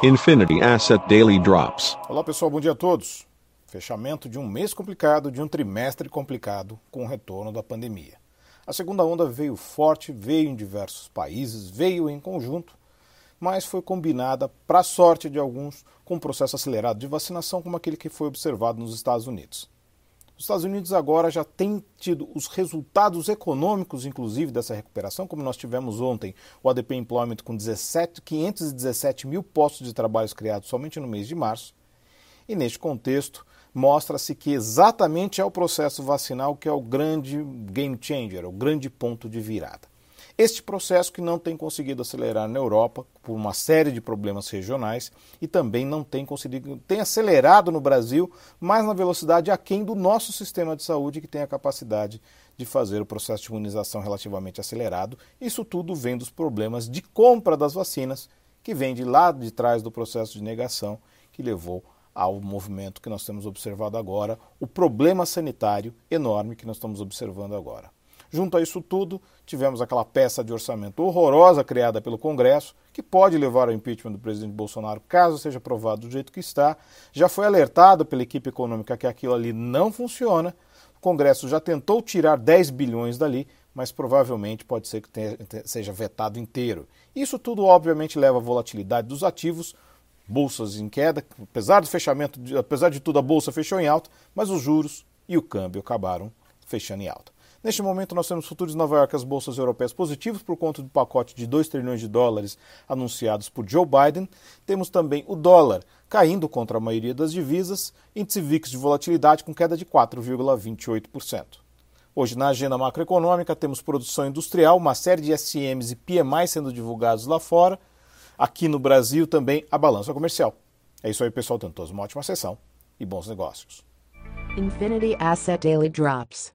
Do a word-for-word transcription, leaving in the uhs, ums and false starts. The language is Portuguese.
Infinity Asset Daily Drops. Olá pessoal, bom dia a todos. Fechamento de um mês complicado, de um trimestre complicado com o retorno da pandemia. A segunda onda veio forte, veio em diversos países, veio em conjunto, mas foi combinada, para a sorte de alguns, com um processo acelerado de vacinação como aquele que foi observado nos Estados Unidos. Os Estados Unidos agora já têm tido os resultados econômicos, inclusive, dessa recuperação, como nós tivemos ontem o A D P Employment com quinhentos e dezessete mil postos de trabalho criados somente no mês de março. E neste contexto, mostra-se que exatamente é o processo vacinal que é o grande game changer, o grande ponto de virada. Este processo que não tem conseguido acelerar na Europa por uma série de problemas regionais e também não tem conseguido, tem acelerado no Brasil, mas na velocidade aquém do nosso sistema de saúde que tem a capacidade de fazer o processo de imunização relativamente acelerado. Isso tudo vem dos problemas de compra das vacinas, que vem de lá de trás do processo de negação que levou ao movimento que nós temos observado agora, o problema sanitário enorme que nós estamos observando agora. Junto a isso tudo, tivemos aquela peça de orçamento horrorosa criada pelo Congresso, que pode levar ao impeachment do presidente Bolsonaro, caso seja aprovado do jeito que está. Já foi alertado pela equipe econômica que aquilo ali não funciona. O Congresso já tentou tirar dez bilhões dali, mas provavelmente pode ser que tenha, seja vetado inteiro. Isso tudo, obviamente, leva à volatilidade dos ativos, bolsas em queda, apesar do fechamento, apesar de tudo, a bolsa fechou em alta, mas os juros e o câmbio acabaram fechando em alta. Neste momento, nós temos futuros de Nova York e as bolsas europeias positivos por conta do pacote de dois trilhões de dólares anunciados por Joe Biden. Temos também o dólar caindo contra a maioria das divisas, índice V I X de volatilidade com queda de quatro vírgula vinte e oito por cento. Hoje, na agenda macroeconômica, temos produção industrial, uma série de S I Ms e P M Is sendo divulgados lá fora. Aqui no Brasil também a balança comercial. É isso aí, pessoal. Tenham todos uma ótima sessão e bons negócios. Infinity Asset Daily Drops.